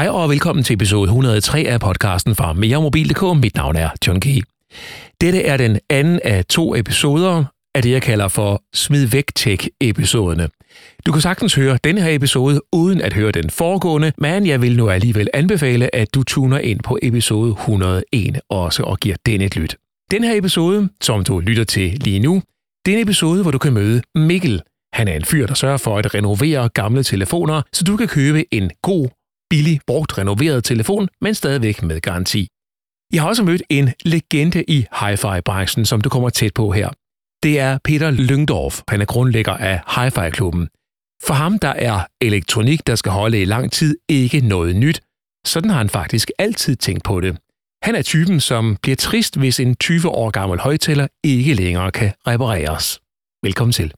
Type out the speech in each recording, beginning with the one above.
Hej og velkommen til episode 103 af podcasten fra meremobil.dk. Mit navn er John G. Dette er den anden af 2 episoder af det, jeg kalder for Smid væk tech-episoderne. Du kan sagtens høre denne her episode uden at høre den foregående, men jeg vil nu alligevel anbefale, at du tuner ind på episode 101 også og giver den et lyt. Den her episode, som du lytter til lige nu, det er en episode, hvor du kan møde Mikkel. Han er en fyr, der sørger for at renovere gamle telefoner, så du kan købe en god, billig, brugt renoveret telefon, men stadigvæk med garanti. Jeg har også mødt en legende i hi-fi-branchen, som du kommer tæt på her. Det er Peter Lyngdorf. Han er grundlægger af Hi-Fi-klubben. For ham der er elektronik, der skal holde i lang tid, ikke noget nyt. Sådan har han faktisk altid tænkt på det. Han er typen, som bliver trist, hvis en 20 år gammel højttaler ikke længere kan repareres. Velkommen til.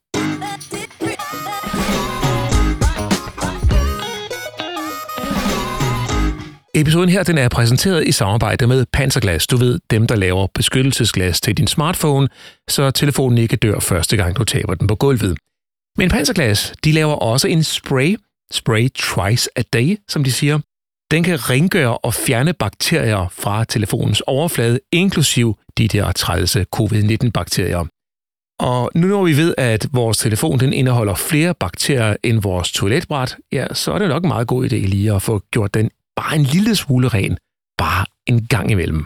Episoden her den er præsenteret i samarbejde med Panzerglas. Du ved, dem der laver beskyttelsesglas til din smartphone, så telefonen ikke dør første gang du taber den på gulvet. Men Panzerglas, de laver også en spray twice a day, som de siger. Den kan rengøre og fjerne bakterier fra telefonens overflade, inklusiv de der trælse covid-19-bakterier. Og nu når vi ved, at vores telefon den indeholder flere bakterier end vores toiletbræt, ja, så er det nok en meget god idé lige at få gjort den bare en lille smule ren, bare en gang imellem.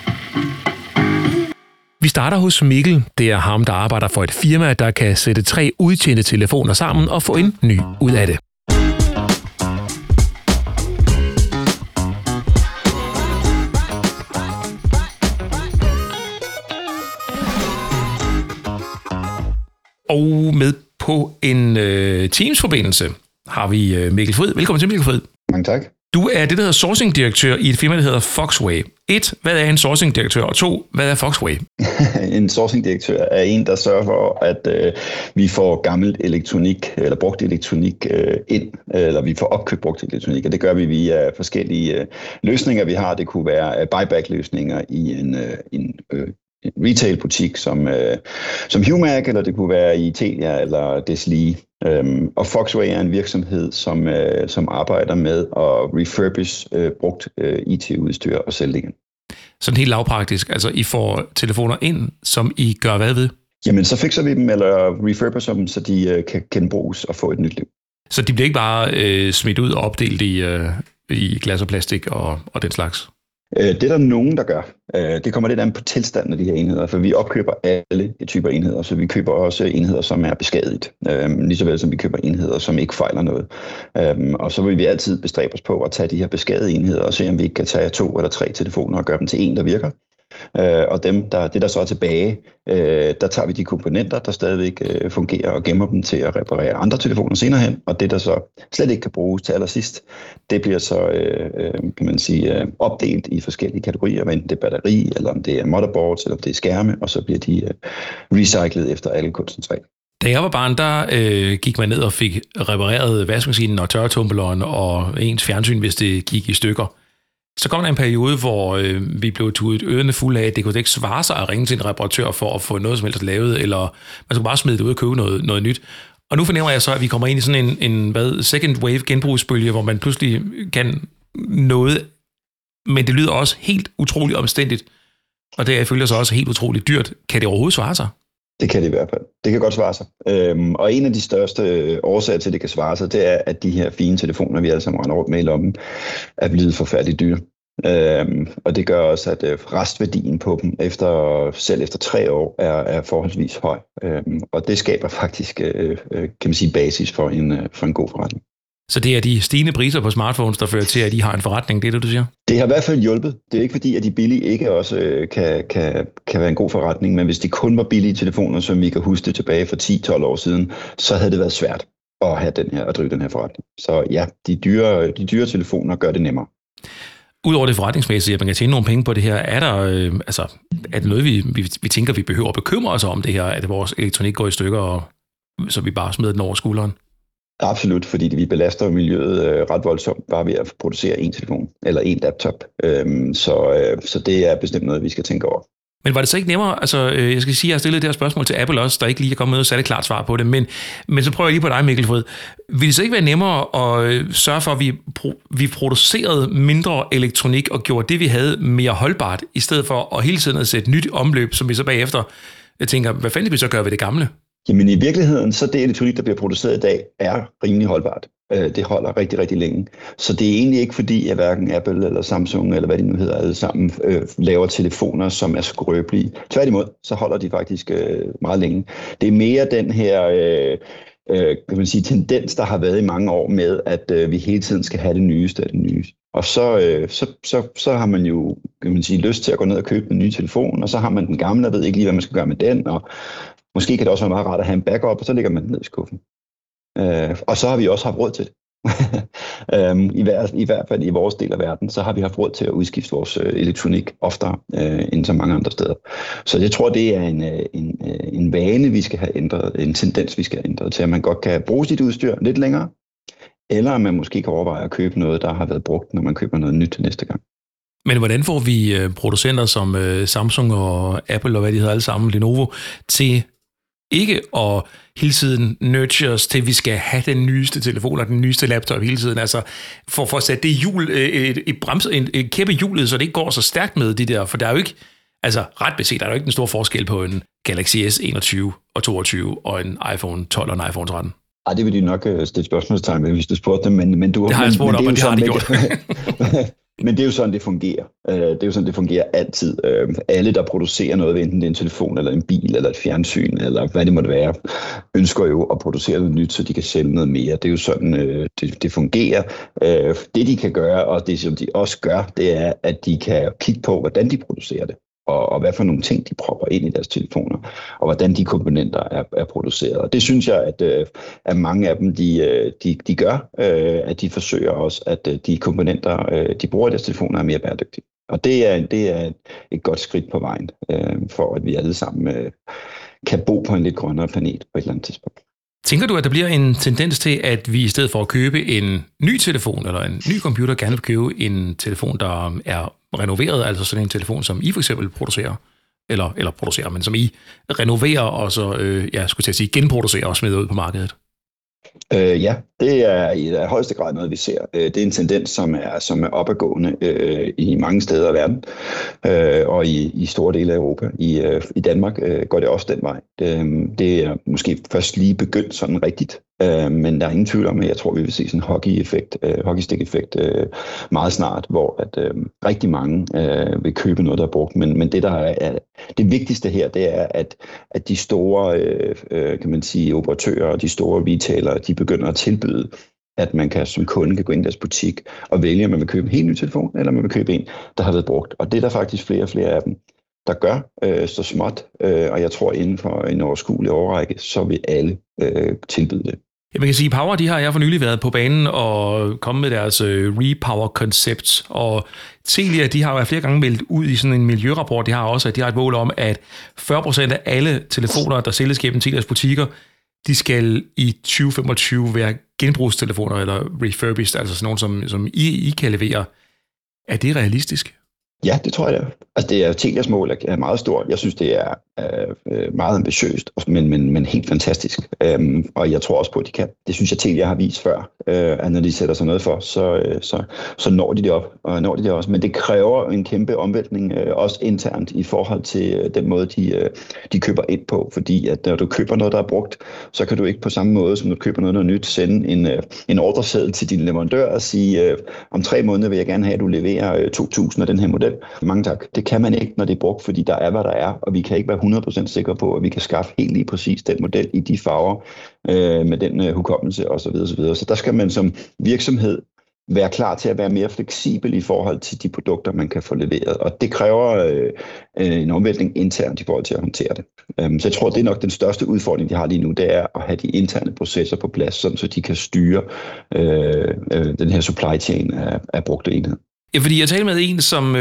Vi starter hos Mikkel. Det er ham, der arbejder for et firma, der kan sætte 3 udtjente telefoner sammen og få en ny ud af det. Og med på en Teams-forbindelse har vi Mikkel Fryd. Velkommen til, Mikkel Fryd. Mange tak. Du er det, der hedder sourcing-direktør i et firma, der hedder Foxway. 1. Hvad er en sourcing-direktør? Og 2. Hvad er Foxway? En sourcing-direktør er en, der sørger for, at vi får gammelt elektronik, eller brugt elektronik ind, eller vi får opkøbt brugt elektronik, og det gør vi via forskellige løsninger, vi har. Det kunne være buyback-løsninger i en retail-butik som Humac, eller det kunne være i Telia eller Deslige. Og Foxway er en virksomhed, som arbejder med at refurbish brugt IT-udstyr og sælge det igen. Sådan helt lavpraktisk, altså I får telefoner ind, som I gør hvad ved? Jamen, så fikser vi dem, eller refurbisher dem, så de kan genbruges og få et nyt liv. Så de bliver ikke bare smidt ud og opdelt i glas og plastik og den slags? Det er der nogen, der gør. Det kommer lidt an på tilstanden af de her enheder, for vi opkøber alle typer enheder, så vi køber også enheder, som er beskadiget, lige så vel som vi køber enheder, som ikke fejler noget. Og så vil vi altid bestræbe os på at tage de her beskadigede enheder og se, om vi ikke kan tage 2 eller 3 telefoner og gøre dem til en, der virker. Og det der så er tilbage, der tager vi de komponenter, der stadigvæk fungerer og gemmer dem til at reparere andre telefoner senere hen, og det der så slet ikke kan bruges til allersidst, det bliver så, kan man sige, opdelt i forskellige kategorier, enten det er batteri, eller om det er motherboards, eller om det er skærme, og så bliver de recyclet efter alle kunstens regler. Da jeg var barn, der gik man ned og fik repareret vaskemaskinen og tørretumbleren og ens fjernsyn, hvis det gik i stykker. Så kom der en periode, hvor vi blev tudet ørerne fulde af, at det kunne ikke svare sig at ringe til en reparatør for at få noget som helst lavet, eller man skulle bare smide det ud og købe noget nyt. Og nu fornemmer jeg så, at vi kommer ind i sådan en second wave genbrugsbølge, hvor man pludselig kan noget, men det lyder også helt utroligt omstændigt, og det følger så også helt utroligt dyrt. Kan det overhovedet svare sig? Det kan det i hvert fald. Det kan godt svare sig. Og en af de største årsager til, at det kan svare sig, det er, at de her fine telefoner, vi alle sammen render rundt med i lommen, er blevet forfærdeligt dyre. Og det gør også, at restværdien på dem selv efter 3 år er forholdsvis høj. Og det skaber faktisk, kan man sige, basis for en god forretning. Så det er de stigende priser på smartphones, der fører til, at de har en forretning, det er det, du siger? Det har i hvert fald hjulpet. Det er ikke fordi, at de billige ikke også kan være en god forretning, men hvis de kun var billige telefoner, som vi kan huske det tilbage for 10-12 år siden, så havde det været svært at drive den her forretning. Så ja, de dyre telefoner gør det nemmere. Udover det forretningsmæssige, at man kan tjene nogle penge på det her, er det noget, vi tænker, vi behøver at bekymre os om det her, at vores elektronik går i stykker, og så vi bare smider den over skulderen? Absolut, fordi vi belaster miljøet ret voldsomt bare ved at producere en telefon eller en laptop. Så det er bestemt noget, vi skal tænke over. Men var det så ikke nemmere, altså jeg skal sige, at jeg har stillet det her spørgsmål til Apple også, der ikke lige er kommet med og sat et klart svar på det, men så prøver jeg lige på dig, Mikkel Fryd. Vil det så ikke være nemmere at sørge for, at vi producerede mindre elektronik og gjorde det, vi havde, mere holdbart, i stedet for at hele tiden at sætte nyt omløb, som vi så bagefter tænker, hvad fanden vi så gør ved det gamle? Jamen i virkeligheden, så det elektronik, der bliver produceret i dag, er rimelig holdbart. Det holder rigtig, rigtig længe. Så det er egentlig ikke fordi, at hverken Apple eller Samsung, eller hvad de nu hedder alle sammen, laver telefoner, som er skrøbelige. Tværtimod, så holder de faktisk meget længe. Det er mere den her kan man sige, tendens, der har været i mange år med, at vi hele tiden skal have det nyeste af det nye. Og så har man jo, kan man sige, lyst til at gå ned og købe en ny telefon, og så har man den gamle, og ved ikke lige, hvad man skal gøre med den, og måske kan det også være meget rart at have en backup, og så lægger man den ned i skuffen. Og så har vi også haft råd til det. I hvert fald i vores del af verden, så har vi haft råd til at udskifte vores elektronik oftere end så mange andre steder. Så jeg tror, det er en vane, vi skal have ændret, en tendens, vi skal have ændret til, at man godt kan bruge sit udstyr lidt længere, eller at man måske kan overveje at købe noget, der har været brugt, når man køber noget nyt til næste gang. Men hvordan får vi producenter som Samsung og Apple og hvad de hedder alle sammen, Lenovo, til ikke at hele tiden nurture os til, at vi skal have den nyeste telefon og den nyeste laptop hele tiden, altså for at sætte det hjul, en kæppe hjulet, så det ikke går så stærkt med de der, for der er jo ikke, altså ret beset, der er jo ikke en stor forskel på en Galaxy S21 og 22 og en iPhone 12 og en iPhone 13. Ej, det vil de nok stille spørgsmålstegn ved, hvis du spurgte dem, men du... Det har jeg spurgt om, og det har de gjort. Men det er jo sådan, det fungerer. Det er jo sådan, det fungerer altid. Alle, der producerer noget, enten det er en telefon, eller en bil, eller et fjernsyn, eller hvad det måtte være, ønsker jo at producere noget nyt, så de kan sælge noget mere. Det er jo sådan, det fungerer. Det, de kan gøre, og det, som de også gør, det er, at de kan kigge på, hvordan de producerer det. Og hvad for nogle ting, de propper ind i deres telefoner, og hvordan de komponenter er produceret. Og det synes jeg, at mange af dem, de gør, at de forsøger også, at de komponenter, de bruger i deres telefoner, er mere bæredygtige. Og det er et godt skridt på vejen, for at vi alle sammen kan bo på en lidt grønnere planet på et eller andet tidspunkt. Tænker du, at der bliver en tendens til, at vi i stedet for at købe en ny telefon eller en ny computer, gerne vil købe en telefon, der er renoveret, altså sådan en telefon, som I for eksempel producerer, eller producerer, men som I renoverer og så, skulle jeg sige, genproducerer og smider ud på markedet? Ja, det er i højeste grad noget, vi ser. Det er en tendens, som er opadgående i mange steder af verden, og i store dele af Europa. I Danmark går det også den vej. Det er måske først lige begyndt sådan rigtigt, men der er ingen tvivl om, at jeg tror, vi vil se sådan en hockeystick-effekt meget snart, hvor at rigtig mange vil købe noget, der er brugt. Men det, der er det vigtigste her, det er, at de store, kan man sige, operatører og de store retailer, de begynder at tilbyde, at man som kunde kan gå ind i deres butik og vælge, om man vil købe en helt ny telefon, eller om man vil købe en, der har været brugt. Og det er der faktisk flere og flere af dem, der gør så småt, og jeg tror, inden for en overskuelig overrække, så vil alle tilbyde det. Ja, man kan sige, Power, de har jeg for nylig været på banen og kommet med deres Repower-koncept, og Telia, de har jo flere gange meldt ud i sådan en miljørapport, de har også, at de har et mål om, at 40% af alle telefoner, der sælges gennem Telias butikker, de skal i 2025 være genbrugstelefoner eller refurbished, altså sådan nogle, som I kan levere. Er det realistisk? Ja, det tror jeg. Altså, det er Telias mål er meget stort. Jeg synes, det er meget ambitiøst, men helt fantastisk. Og jeg tror også på, at de kan. Det synes jeg, Telia har vist før, at når de sætter sig noget for, så når de det op. Og når de det også. Men det kræver en kæmpe omvæltning, også internt i forhold til den måde, de køber ind på. Fordi at når du køber noget, der er brugt, så kan du ikke på samme måde, som du køber noget nyt, sende en ordreseddel til din leverandør og sige, om 3 måneder vil jeg gerne have, at du leverer 2.000 af den her model. Mange tak. Det kan man ikke, når det er brugt, fordi der er, hvad der er, og vi kan ikke være 100% sikre på, at vi kan skaffe helt lige præcis den model i de farver, med den hukommelse osv. osv. Så der skal man som virksomhed være klar til at være mere fleksibel i forhold til de produkter, man kan få leveret. Og det kræver en omvæltning internt i forhold til at håndtere det. Så jeg tror, det er nok den største udfordring, de har lige nu, det er at have de interne processer på plads, så de kan styre den her supply chain af brugte enheder. Ja, fordi jeg talte med en, som,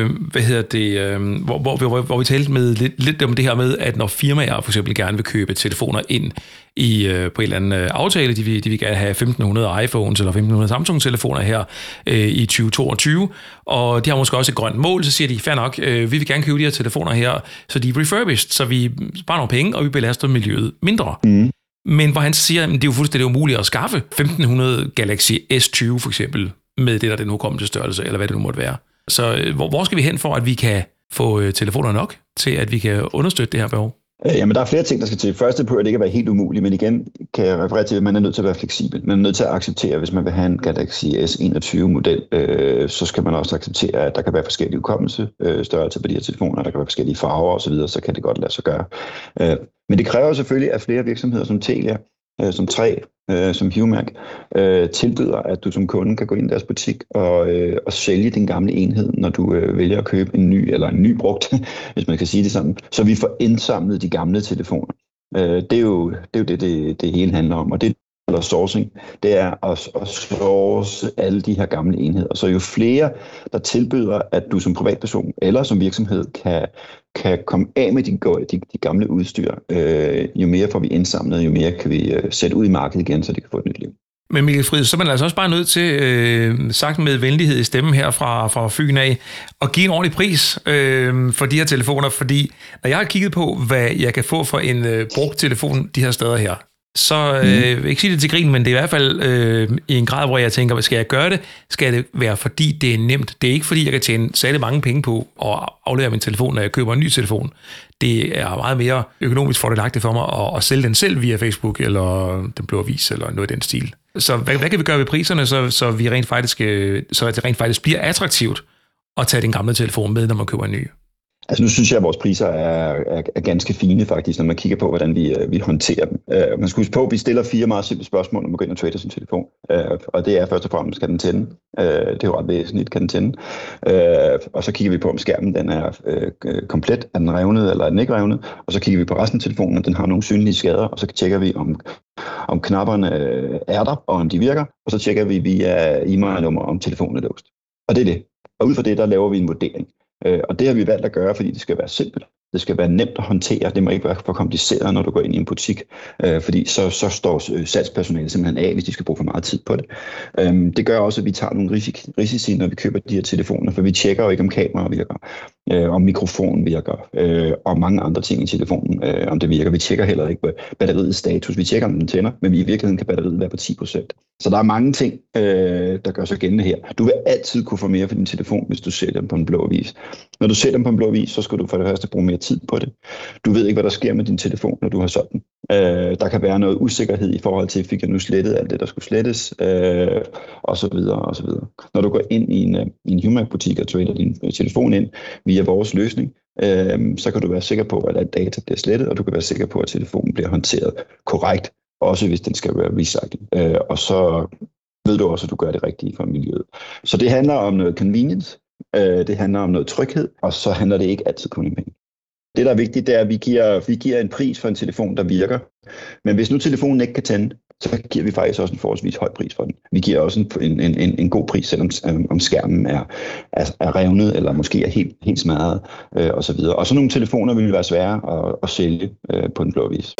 hvor vi talte med lidt om det her med, at når firmaer for eksempel gerne vil købe telefoner ind på en eller anden aftale, de vil gerne have 1.500 iPhones eller 1.500 Samsung-telefoner her i 2022, og de har måske også et grønt mål, så siger de, fair nok, vi vil gerne købe de her telefoner her, så de er refurbished, så vi sparer nogle penge, og vi belaster miljøet mindre. Mm. Men hvor han siger, at det er jo fuldstændig umuligt at skaffe 1.500 Galaxy S20 for eksempel, med det der den hukommelse størrelse, eller hvad det nu måtte være. Så hvor skal vi hen for, at vi kan få telefoner nok til, at vi kan understøtte det her behov? Jamen, der er flere ting, der skal til. Første på, at det ikke kan være helt umuligt, men igen kan jeg referere til, at man er nødt til at være fleksibel. Man er nødt til at acceptere, hvis man vil have en Galaxy S21-model, så skal man også acceptere, at der kan være forskellige hukommelsesstørrelser på de her telefoner, der kan være forskellige farver osv., så kan det godt lade sig gøre. Men det kræver selvfølgelig, at flere virksomheder som Telia, som Træ, som HuMac, tilbyder, at du som kunde kan gå ind i deres butik og sælge din gamle enhed, når du vælger at købe en ny eller en ny brugt, hvis man kan sige det sådan, så vi får indsamlet de gamle telefoner. Det er jo det hele handler om, og det eller sourcing, det er at source alle de her gamle enheder. Så jo flere, der tilbyder, at du som privatperson eller som virksomhed kan komme af med de gamle udstyr, jo mere får vi indsamlet, jo mere kan vi sætte ud i markedet igen, så de kan få et nyt liv. Men Mikkel Friis, så er man altså også bare nødt til, sagt med venlighed i stemmen her fra Fyn af, at give en ordentlig pris for de her telefoner, fordi når jeg har kigget på, hvad jeg kan få for en brugt telefon de her steder her, så jeg vil ikke sige det til grin, men det er i hvert fald i en grad, hvor jeg tænker, skal jeg gøre det? Skal det være, fordi det er nemt? Det er ikke, fordi jeg kan tjene særlig mange penge på at aflevere min telefon, når jeg køber en ny telefon. Det er meget mere økonomisk fordelagtigt for mig at sælge den selv via Facebook, eller Den Blå Avis, eller noget i den stil. Så hvad kan vi gøre ved priserne, så det rent faktisk bliver attraktivt at tage den gamle telefon med, når man køber en ny? Altså nu synes jeg, at vores priser er ganske fine faktisk, når man kigger på, hvordan vi håndterer dem. Man skal huske på, at vi stiller 4 meget simple spørgsmål, når man går ind og trader sin telefon. Og det er først og fremmest, skal den tænde? Det er jo ret væsentligt, kan den tænde? Og så kigger vi på, om skærmen den er komplet, er den revnet eller er den ikke revnet? Og så kigger vi på resten af telefonen, om den har nogle synlige skader, og så tjekker vi, om knapperne er der, og om de virker. Og så tjekker vi via e-mail-nummer, om telefonen er låst. Og det er det. Og ud fra det, der laver vi en vurdering. Og det har vi valgt at gøre, fordi det skal være simpelt. Det skal være nemt at håndtere. Det må ikke være for kompliceret, når du går ind i en butik, fordi så står salgspersonalet simpelthen af, hvis de skal bruge for meget tid på det. Det gør også, at vi tager nogle risici, når vi køber de her telefoner, for vi tjekker jo ikke, om kameraet virker, om mikrofonen virker, og mange andre ting i telefonen, om det virker. Vi tjekker heller ikke på batteriets status. Vi tjekker, om den tænder, men i virkeligheden kan batteriet være på 10%. Så der er mange ting, der gør sig gældende her. Du vil altid kunne få mere for din telefon, hvis du sælger dem på en blå avis. Når du sælger dem på en blå avis, så skal du for det første bruge mere tid på det. Du ved ikke, hvad der sker med din telefon, når du har solgt den. Der kan være noget usikkerhed i forhold til, fik jeg nu slettet alt det, der skulle slettes, og så videre, og så videre. Når du går ind i en HuMac-butik og trader din telefon ind via vores løsning, så kan du være sikker på, at alt data bliver slettet, og du kan være sikker på, at telefonen bliver håndteret korrekt, også hvis den skal være recyclet. Og så ved du også, at du gør det rigtige for miljøet. Så det handler om noget convenience, det handler om noget tryghed, og så handler det ikke altid kun om penge. Det, der er vigtigt, det er, at vi giver en pris for en telefon, der virker. Men hvis nu telefonen ikke kan tænde, så giver vi faktisk også en forholdsvis høj pris for den. Vi giver også en god pris, selvom om skærmen er revnet, eller måske er helt smadret, osv. Og så nogle telefoner vil være svære at sælge på en blå avis.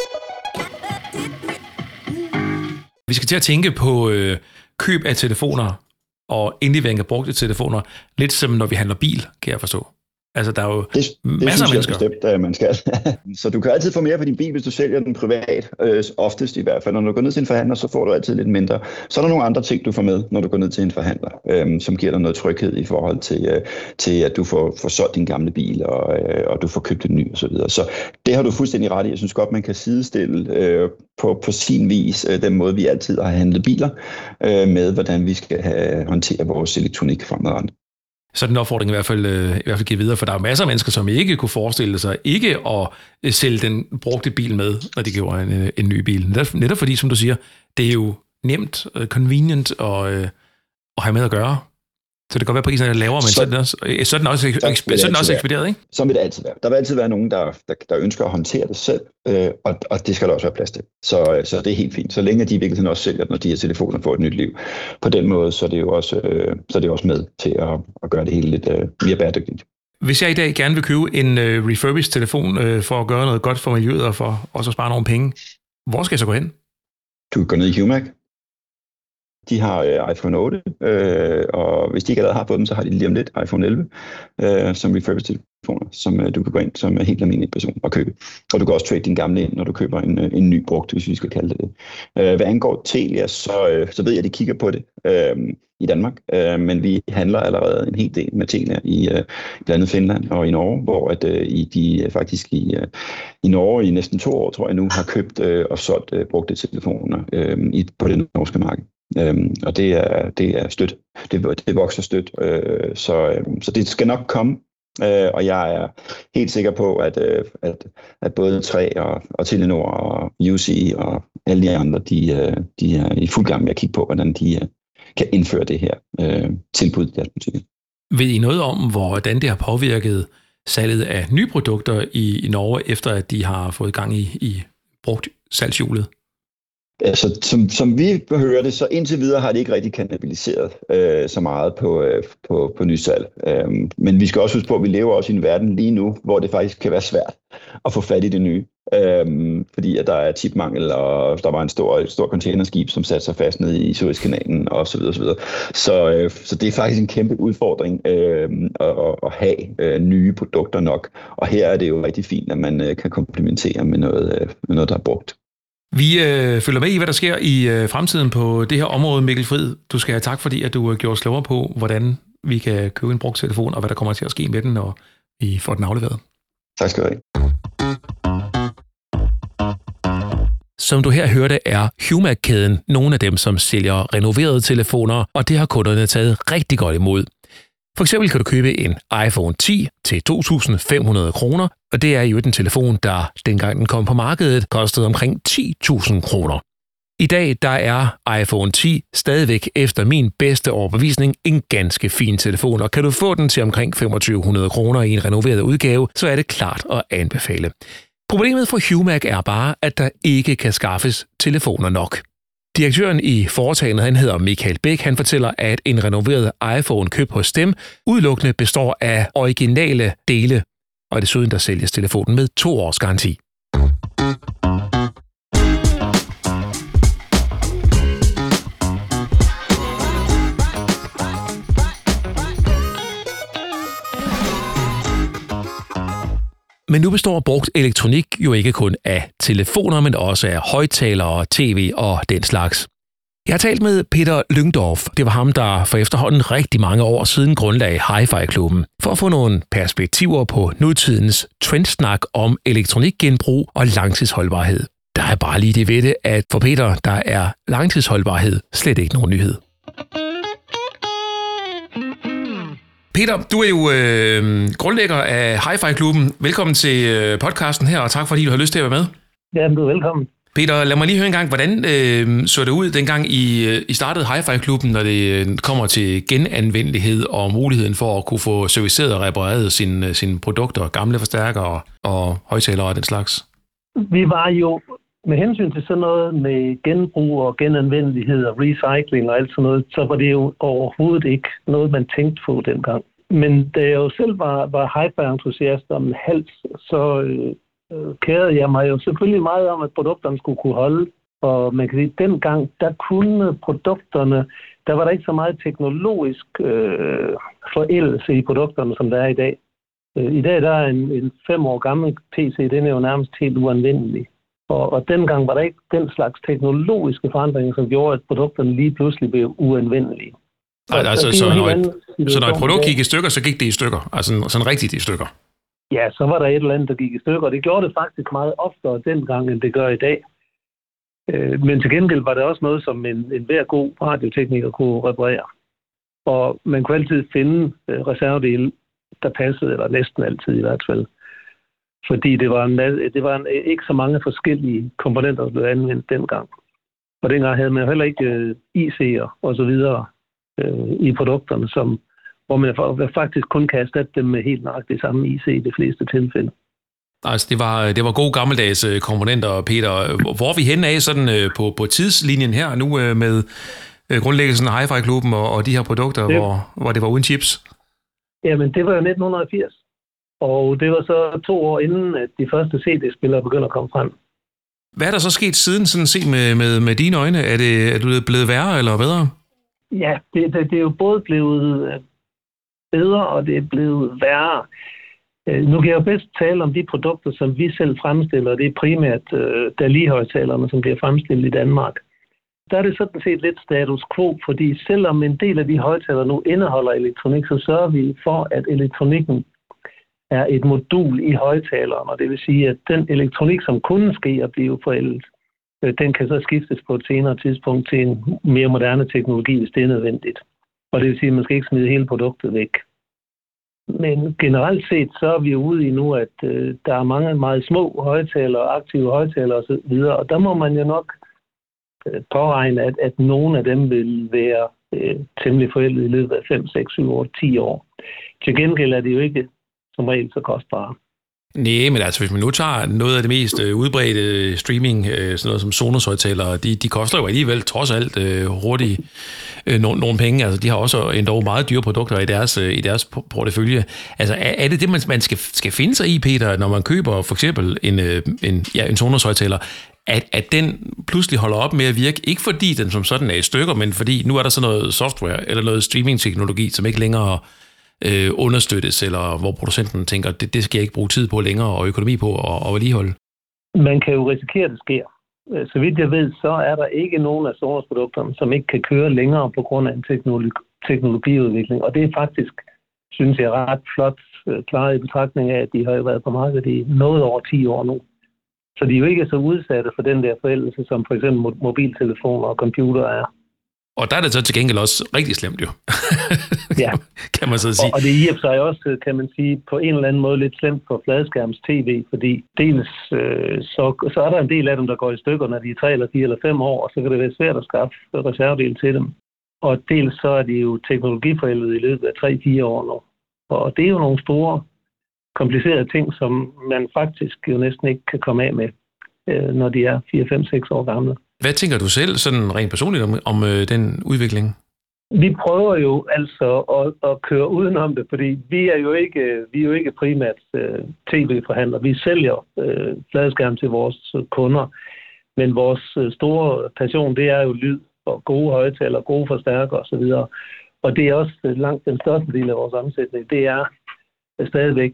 Vi skal til at tænke på køb af telefoner og indlevering af brugte telefoner, lidt som når vi handler bil, kan jeg forstå. Altså, der er jo masser af mennesker. Det bestemt, man skal. Så du kan altid få mere for din bil, hvis du sælger den privat, oftest i hvert fald. Når du går ned til en forhandler, så får du altid lidt mindre. Så er der nogle andre ting, du får med, når du går ned til en forhandler, som giver dig noget tryghed i forhold til at du får solgt din gamle bil, og du får købt en ny osv. Så det har du fuldstændig ret i. Jeg synes godt, man kan sidestille på sin vis den måde, vi altid har handlet biler, med hvordan vi skal håndtere vores elektronik fremadrettet. Så den opfordring i hvert fald give videre, for der er masser af mennesker, som ikke kunne forestille sig ikke at sælge den brugte bil med, når de køber en ny bil. Netop fordi, som du siger, det er jo nemt, convenient at have med at gøre. Så det kan godt være, at prisen er lavere, men så er den også ekspederet, ikke? Så vil det altid være. Der vil altid være nogen, der ønsker at håndtere det selv, og det skal der også være plads til. Så det er helt fint. Så længe de i virkeligheden også sælger, når de her telefoner får et nyt liv. På den måde, så er det jo også med til at gøre det hele lidt mere bæredygtigt. Hvis jeg i dag gerne vil købe en refurbished telefon for at gøre noget godt for miljøet og for også at spare nogle penge, hvor skal jeg så gå hen? Du kan gå ned i HUMAG. De har iPhone 8, og hvis de ikke allerede har fået dem, så har de lige om lidt iPhone 11 som refurbished telefoner, som du kan gå ind som en helt almindelig person og købe. Og du kan også trade din gamle ind, når du køber en ny brugt, hvis vi skal kalde det det. Hvad angår Telia, så ved jeg, at de kigger på det i Danmark, men vi handler allerede en hel del med Telia i blandt andet Finland og i Norge, hvor de faktisk i Norge i næsten 2 år, tror jeg nu, har købt og solgt brugte telefoner på det norske marked. Og det er stødt. Det vokser stødt, så det skal nok komme. Og jeg er helt sikker på, at både 3 og Telenor og UC og alle de andre, de er i fuld gang med at kigge på, hvordan de kan indføre det her tilbud i deres butikker. Ved I noget om, hvordan det har påvirket salget af nye produkter i Norge, efter at de har fået gang i brugt salgshjulet? Altså, som vi hører det, så indtil videre har det ikke rigtig kannibaliseret så meget på nysalg. Men vi skal også huske på, at vi lever også i en verden lige nu, hvor det faktisk kan være svært at få fat i det nye. Fordi at der er chipmangel, og der var en stor containerskib, som satte sig fast nede i Suezkanalen og så videre, så videre. Så det er faktisk en kæmpe udfordring at have nye produkter nok. Og her er det jo rigtig fint, at man kan komplementere med noget, der er brugt. Vi følger med i, hvad der sker i fremtiden på det her område, Mikkel Fried. Du skal have tak, fordi at du gjorde os klogere på, hvordan vi kan købe en brugt telefon, og hvad der kommer til at ske med den, når vi får den afleveret. Tak skal du have. Som du her hørte, er HUMAG-kæden nogle af dem, som sælger renoverede telefoner, og det har kunderne taget rigtig godt imod. For eksempel kan du købe en iPhone 10 til 2.500 kroner, og det er jo en telefon, der dengang den kom på markedet, kostede omkring 10.000 kroner. I dag der er iPhone 10 stadigvæk efter min bedste overbevisning en ganske fin telefon, og kan du få den til omkring 2.500 kroner i en renoveret udgave, så er det klart at anbefale. Problemet for HUMAG er bare, at der ikke kan skaffes telefoner nok. Direktøren i foretagendet, han hedder Michael Bæk, han fortæller, at en renoveret iPhone købt hos dem udelukkende består af originale dele, og desuden der sælges telefonen med 2 års garanti. Men nu består brugt elektronik jo ikke kun af telefoner, men også af højttalere, tv og den slags. Jeg har talt med Peter Lyngdorf. Det var ham, der for efterhånden rigtig mange år siden grundlagde Hi-Fi-klubben, for at få nogle perspektiver på nutidens trendsnak om elektronikgenbrug og langtidsholdbarhed. Der er bare lige det ved det, at for Peter, der er langtidsholdbarhed slet ikke nogen nyhed. Peter, du er jo grundlægger af Hi-Fi-klubben. Velkommen til podcasten her, og tak fordi du har lyst til at være med. Ja, du er velkommen. Peter, lad mig lige høre en gang, hvordan så det ud dengang I startede Hi-Fi-klubben, når det kommer til genanvendelighed og muligheden for at kunne få serviceret og repareret sine produkter, gamle forstærkere og højttalere og den slags? Vi var jo med hensyn til sådan noget med genbrug og genanvendelighed og recycling og alt sådan noget, så var det jo overhovedet ikke noget, man tænkte på dengang. Men da jeg jo selv var Hi-Fi-entusiast om en hals, så kærede jeg mig jo selvfølgelig meget om, at produkterne skulle kunne holde. Og man kan sige, at dengang, der kunne produkterne, der var der ikke så meget teknologisk forældelse i produkterne, som der er i dag. I dag der er en 5 år gammel PC, den er jo nærmest helt uanvendelig. Og dengang var der ikke den slags teknologiske forandringer, som gjorde, at produkterne lige pludselig blev uanvendelige. Så når et produkt gik i stykker, så gik det i stykker? Altså sådan rigtigt i stykker? Ja, så var der et eller andet, der gik i stykker, og det gjorde det faktisk meget oftere dengang, end det gør i dag. Men til gengæld var det også noget, som en hver god radiotekniker kunne reparere. Og man kunne altid finde reservedele, der passede, eller næsten altid i hvert fald. Fordi det var ikke så mange forskellige komponenter, der blev anvendt dengang. Og dengang havde man heller ikke IC'er og så videre i produkterne, hvor man faktisk kun kan erstatte dem med helt nøjagtigt det samme IC i de fleste tilfælde. Altså, det var gode gammeldags komponenter, Peter. Hvor er vi henne af sådan, på tidslinjen her nu med grundlæggelsen af Hi-Fi-klubben og de her produkter, hvor det var uden chips? Jamen, det var jo 1980. Og det var så 2 år inden, at de første CD-spillere begyndte at komme frem. Hvad er der så sket siden, sådan set med dine øjne? Er det blevet værre eller bedre? Ja, det er jo både blevet bedre, og det er blevet værre. Nu kan jeg jo bedst tale om de produkter, som vi selv fremstiller, og det er primært DALI-højtalerne, som bliver fremstillet i Danmark. Der er det sådan set lidt status quo, fordi selvom en del af de højtalere nu indeholder elektronik, så sørger vi for, at elektronikken er et modul i højtaleren, og det vil sige, at den elektronik, som kunne ske at blive forældet, den kan så skiftes på et senere tidspunkt til en mere moderne teknologi, hvis det er nødvendigt. Og det vil sige, at man skal ikke smide hele produktet væk. Men generelt set, så er vi ude i nu, at der er mange meget små højtalere, aktive højtalere osv., og der må man jo nok påregne, at nogle af dem vil være temmelig forældet i løbet af 5, 6, 7, 8, 10 år. Til gengæld er det jo ikke som regel så kostbare. Nej, men altså hvis man nu tager noget af det mest udbredte streaming, sådan noget som Sonos-højtalere, de koster jo alligevel trods alt hurtigt nogle penge. Altså de har også endda meget dyre produkter i deres portefølje. Altså er det det, man skal finde sig i, Peter, når man køber for eksempel en Sonos-højtaler, at den pludselig holder op med at virke, ikke fordi den som sådan er i stykker, men fordi nu er der sådan noget software eller noget streaming-teknologi, som ikke længere understøttes, eller hvor producenten tænker, det skal jeg ikke bruge tid på længere, og økonomi på og vedligeholde? Man kan jo risikere, at det sker. Så vidt jeg ved, så er der ikke nogen af Sonos-produkterne, som ikke kan køre længere på grund af en teknologiudvikling. Og det er faktisk, synes jeg, ret flot klaret i betragtning af, at de har jo været på markedet i noget over 10 år nu. Så de er jo ikke så udsatte for den der forældelse, som for eksempel mobiltelefoner og computer er. Og der er det så til gengæld også rigtig slemt jo, ja. Kan man så sige. Og det er i og for sig også, kan man sige, på en eller anden måde lidt slemt for fladskærms tv, fordi dels så er der en del af dem, der går i stykker, når de er 3 eller 4 eller 5 år, og så kan det være svært at skaffe reservedel til dem. Og dels så er de jo teknologiforældet i løbet af 3-4 år nu. Og det er jo nogle store, komplicerede ting, som man faktisk jo næsten ikke kan komme af med, når de er 4, 5, 6 år gamle. Hvad tænker du selv sådan rent personligt om den udvikling? Vi prøver jo altså at køre udenom det, fordi vi er jo ikke primært tv-forhandlere. Vi sælger fladskærm til vores kunder, men vores store passion, det er jo lyd og gode højtaler, gode forstærkere osv. Og det er også langt den største del af vores omsætning. Det er stadigvæk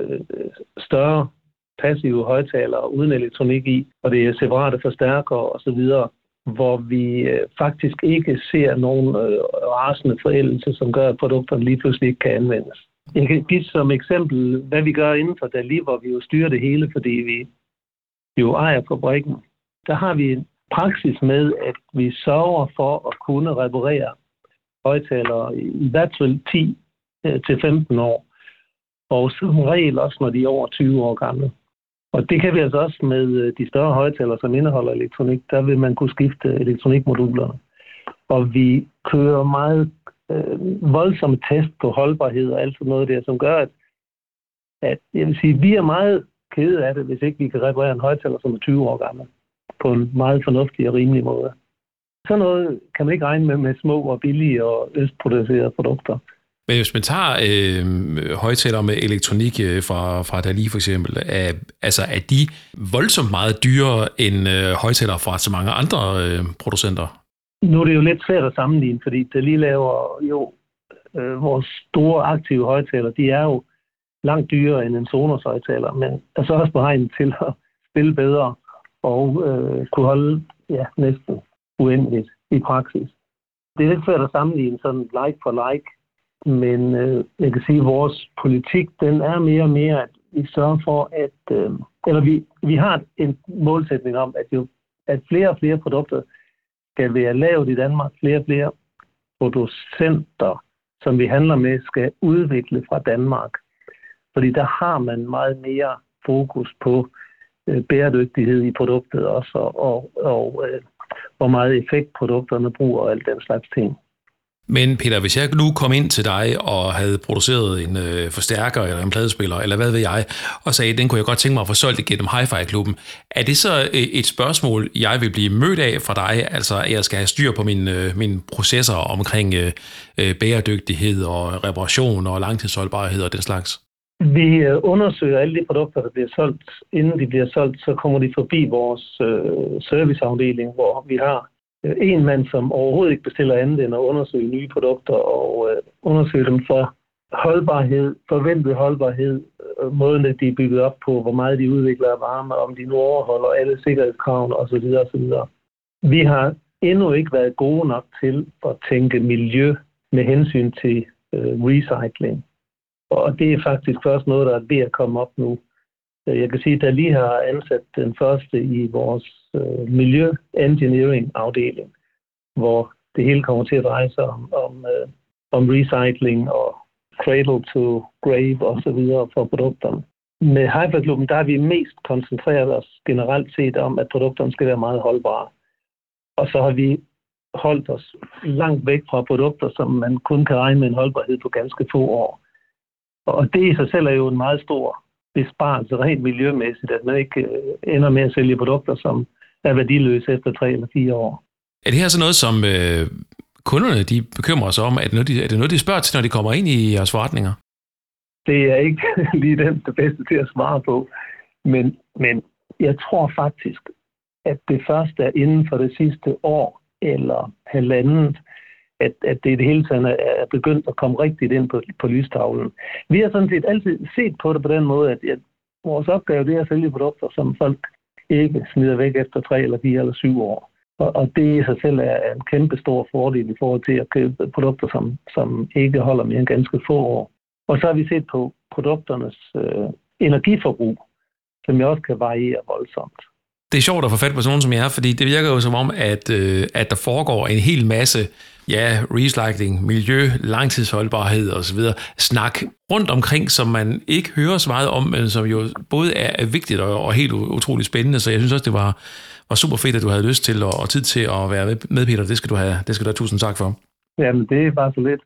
større passive højtalere uden elektronik i, og det er separate forstærkere osv., hvor vi faktisk ikke ser nogen rasende forældelse, som gør, at produkterne lige pludselig ikke kan anvendes. Jeg kan give som eksempel, hvad vi gør inden for DALI, hvor vi jo styrer det hele, fordi vi jo ejer fabrikken. Der har vi en praksis med, at vi sørger for at kunne reparere højtalere i hvert fald 10 til 15 år, og som regel også, når de er over 20 år gamle. Og det kan vi altså også med de større højtalere, som indeholder elektronik. Der vil man kunne skifte elektronikmodulerne. Og vi kører meget voldsomme test på holdbarhed og alt sådan noget der, som gør, at jeg vil sige, vi er meget kede af det, hvis ikke vi kan reparere en højtaler, som er 20 år gammel, på en meget fornuftig og rimelig måde. Sådan noget kan man ikke regne med små og billige og østproducerede produkter. Men hvis man tager højtalere med elektronik fra DALI for eksempel, er de voldsomt meget dyrere end højtalere fra så mange andre producenter? Nu er det jo lidt svært at sammenligne, fordi DALI laver jo vores store aktive højtalere, de er jo langt dyrere end en Sonos højtaler, men er så også beregnet til at spille bedre og kunne holde næsten uendeligt i praksis. Det er lidt svært at sammenligne sådan like for like. Men jeg kan sige, at vores politik, den er mere og mere, at vi sørger for, at vi har en målsætning om, at flere og flere produkter skal være lavet i Danmark. Flere og flere producenter, som vi handler med, skal udvikle fra Danmark. Fordi der har man meget mere fokus på bæredygtighed i produktet også, og hvor meget effekt produkterne bruger og alt den slags ting. Men Peter, hvis jeg nu kom ind til dig og havde produceret en forstærker eller en pladespiller, eller hvad ved jeg, og sagde, den kunne jeg godt tænke mig at få solgt igennem Hi-Fi-klubben, er det så et spørgsmål, jeg vil blive mødt af fra dig, altså at jeg skal have styr på min processor omkring bæredygtighed og reparation og langtidsholdbarhed og den slags? Vi undersøger alle de produkter, der bliver solgt. Inden de bliver solgt, så kommer de forbi vores serviceafdeling, hvor vi har en mand, som overhovedet ikke bestiller andet end at undersøge nye produkter og undersøge dem for holdbarhed, forventet holdbarhed, måden, at de er bygget op på, hvor meget de udvikler af varme, om de nu overholder alle sikkerhedskravene osv. osv. Vi har endnu ikke været gode nok til at tænke miljø med hensyn til recycling. Og det er faktisk først noget, der er ved at komme op nu. Jeg kan sige, at der lige har ansat den første i vores miljø-engineering-afdeling, hvor det hele kommer til at dreje sig om recycling og cradle to grave og så videre for produkterne. Med Hi-Fi-klubben, der har vi mest koncentreret os generelt set om, at produkterne skal være meget holdbare. Og så har vi holdt os langt væk fra produkter, som man kun kan regne med en holdbarhed på ganske få år. Og det i sig selv er jo en meget stor besparelse rent miljømæssigt, at man ikke ender med at sælge produkter, som er værdiløse efter 3 eller 4 år. Er det her så noget, som kunderne de bekymrer sig om? Er det noget, de spørger til, når de kommer ind i jeres forretninger? Det er ikke lige det bedste til at svare på. Men jeg tror faktisk, at det først er inden for det sidste år eller halvandet, at det i det hele taget er begyndt at komme rigtigt ind på lystavlen. Vi har sådan set altid set på det på den måde, at vores opgave det er at sælge produkter, som folk ikke smider væk efter 3 eller 4 eller 7 år. Og det i sig selv er en kæmpe stor fordel i forhold til at købe produkter, som ikke holder mere end ganske få år. Og så har vi set på produkternes energiforbrug, som jo også kan variere voldsomt. Det er sjovt at få fat på sådan nogen som jer, fordi det virker jo som om, at der foregår en hel masse recycling, miljø, langtidsholdbarhed osv. snak rundt omkring, som man ikke hører så meget om, men som jo både er vigtigt og helt utroligt spændende. Så jeg synes også, det var super fedt, at du havde lyst til og tid til at være med, Peter. Det skal du have tusind tak for. Jamen, det er bare så lidt.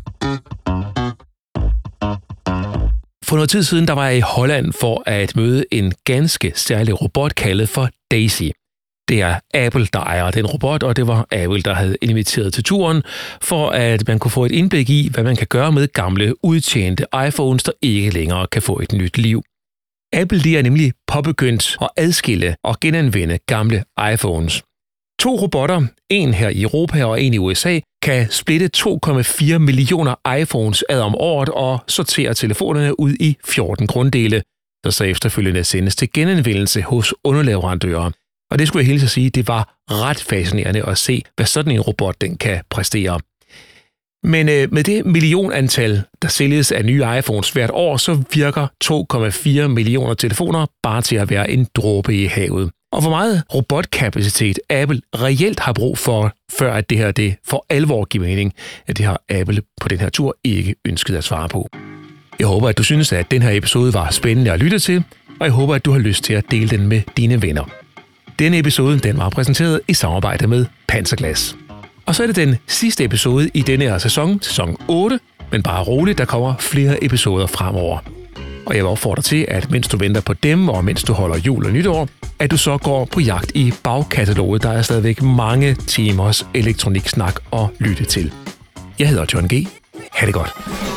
For noget tid siden, der var jeg i Holland for at møde en ganske særlig robot kaldet for Daisy. Det er Apple, der ejer den robot, og det var Apple, der havde inviteret til turen, for at man kunne få et indblik i, hvad man kan gøre med gamle, udtjente iPhones, der ikke længere kan få et nyt liv. Apple de er nemlig påbegyndt at adskille og genanvende gamle iPhones. 2 robotter, en her i Europa og en i USA, kan splitte 2,4 millioner iPhones ad om året og sortere telefonerne ud i 14 grunddele, der så efterfølgende sendes til genanvendelse hos underleverandører. Og det skulle jeg hilse at sige, det var ret fascinerende at se, hvad sådan en robot den kan præstere. Men med det millionantal, der sælges af nye iPhones hvert år, så virker 2,4 millioner telefoner bare til at være en dråbe i havet. Og hvor meget robotkapacitet Apple reelt har brug for, før at det her det for alvor giver mening, at det har Apple på den her tur ikke ønsket at svare på. Jeg håber, at du synes, at den her episode var spændende at lytte til, og jeg håber, at du har lyst til at dele den med dine venner. Denne episode den var præsenteret i samarbejde med Panserglas. Og så er det den sidste episode i denne her sæson 8, men bare roligt, der kommer flere episoder fremover. Og jeg vil opfordre til, at mens du venter på dem, og mens du holder jul og nytår, at du så går på jagt i bagkataloget. Der er stadigvæk mange timers elektroniksnak at lytte til. Jeg hedder John G. Ha' det godt.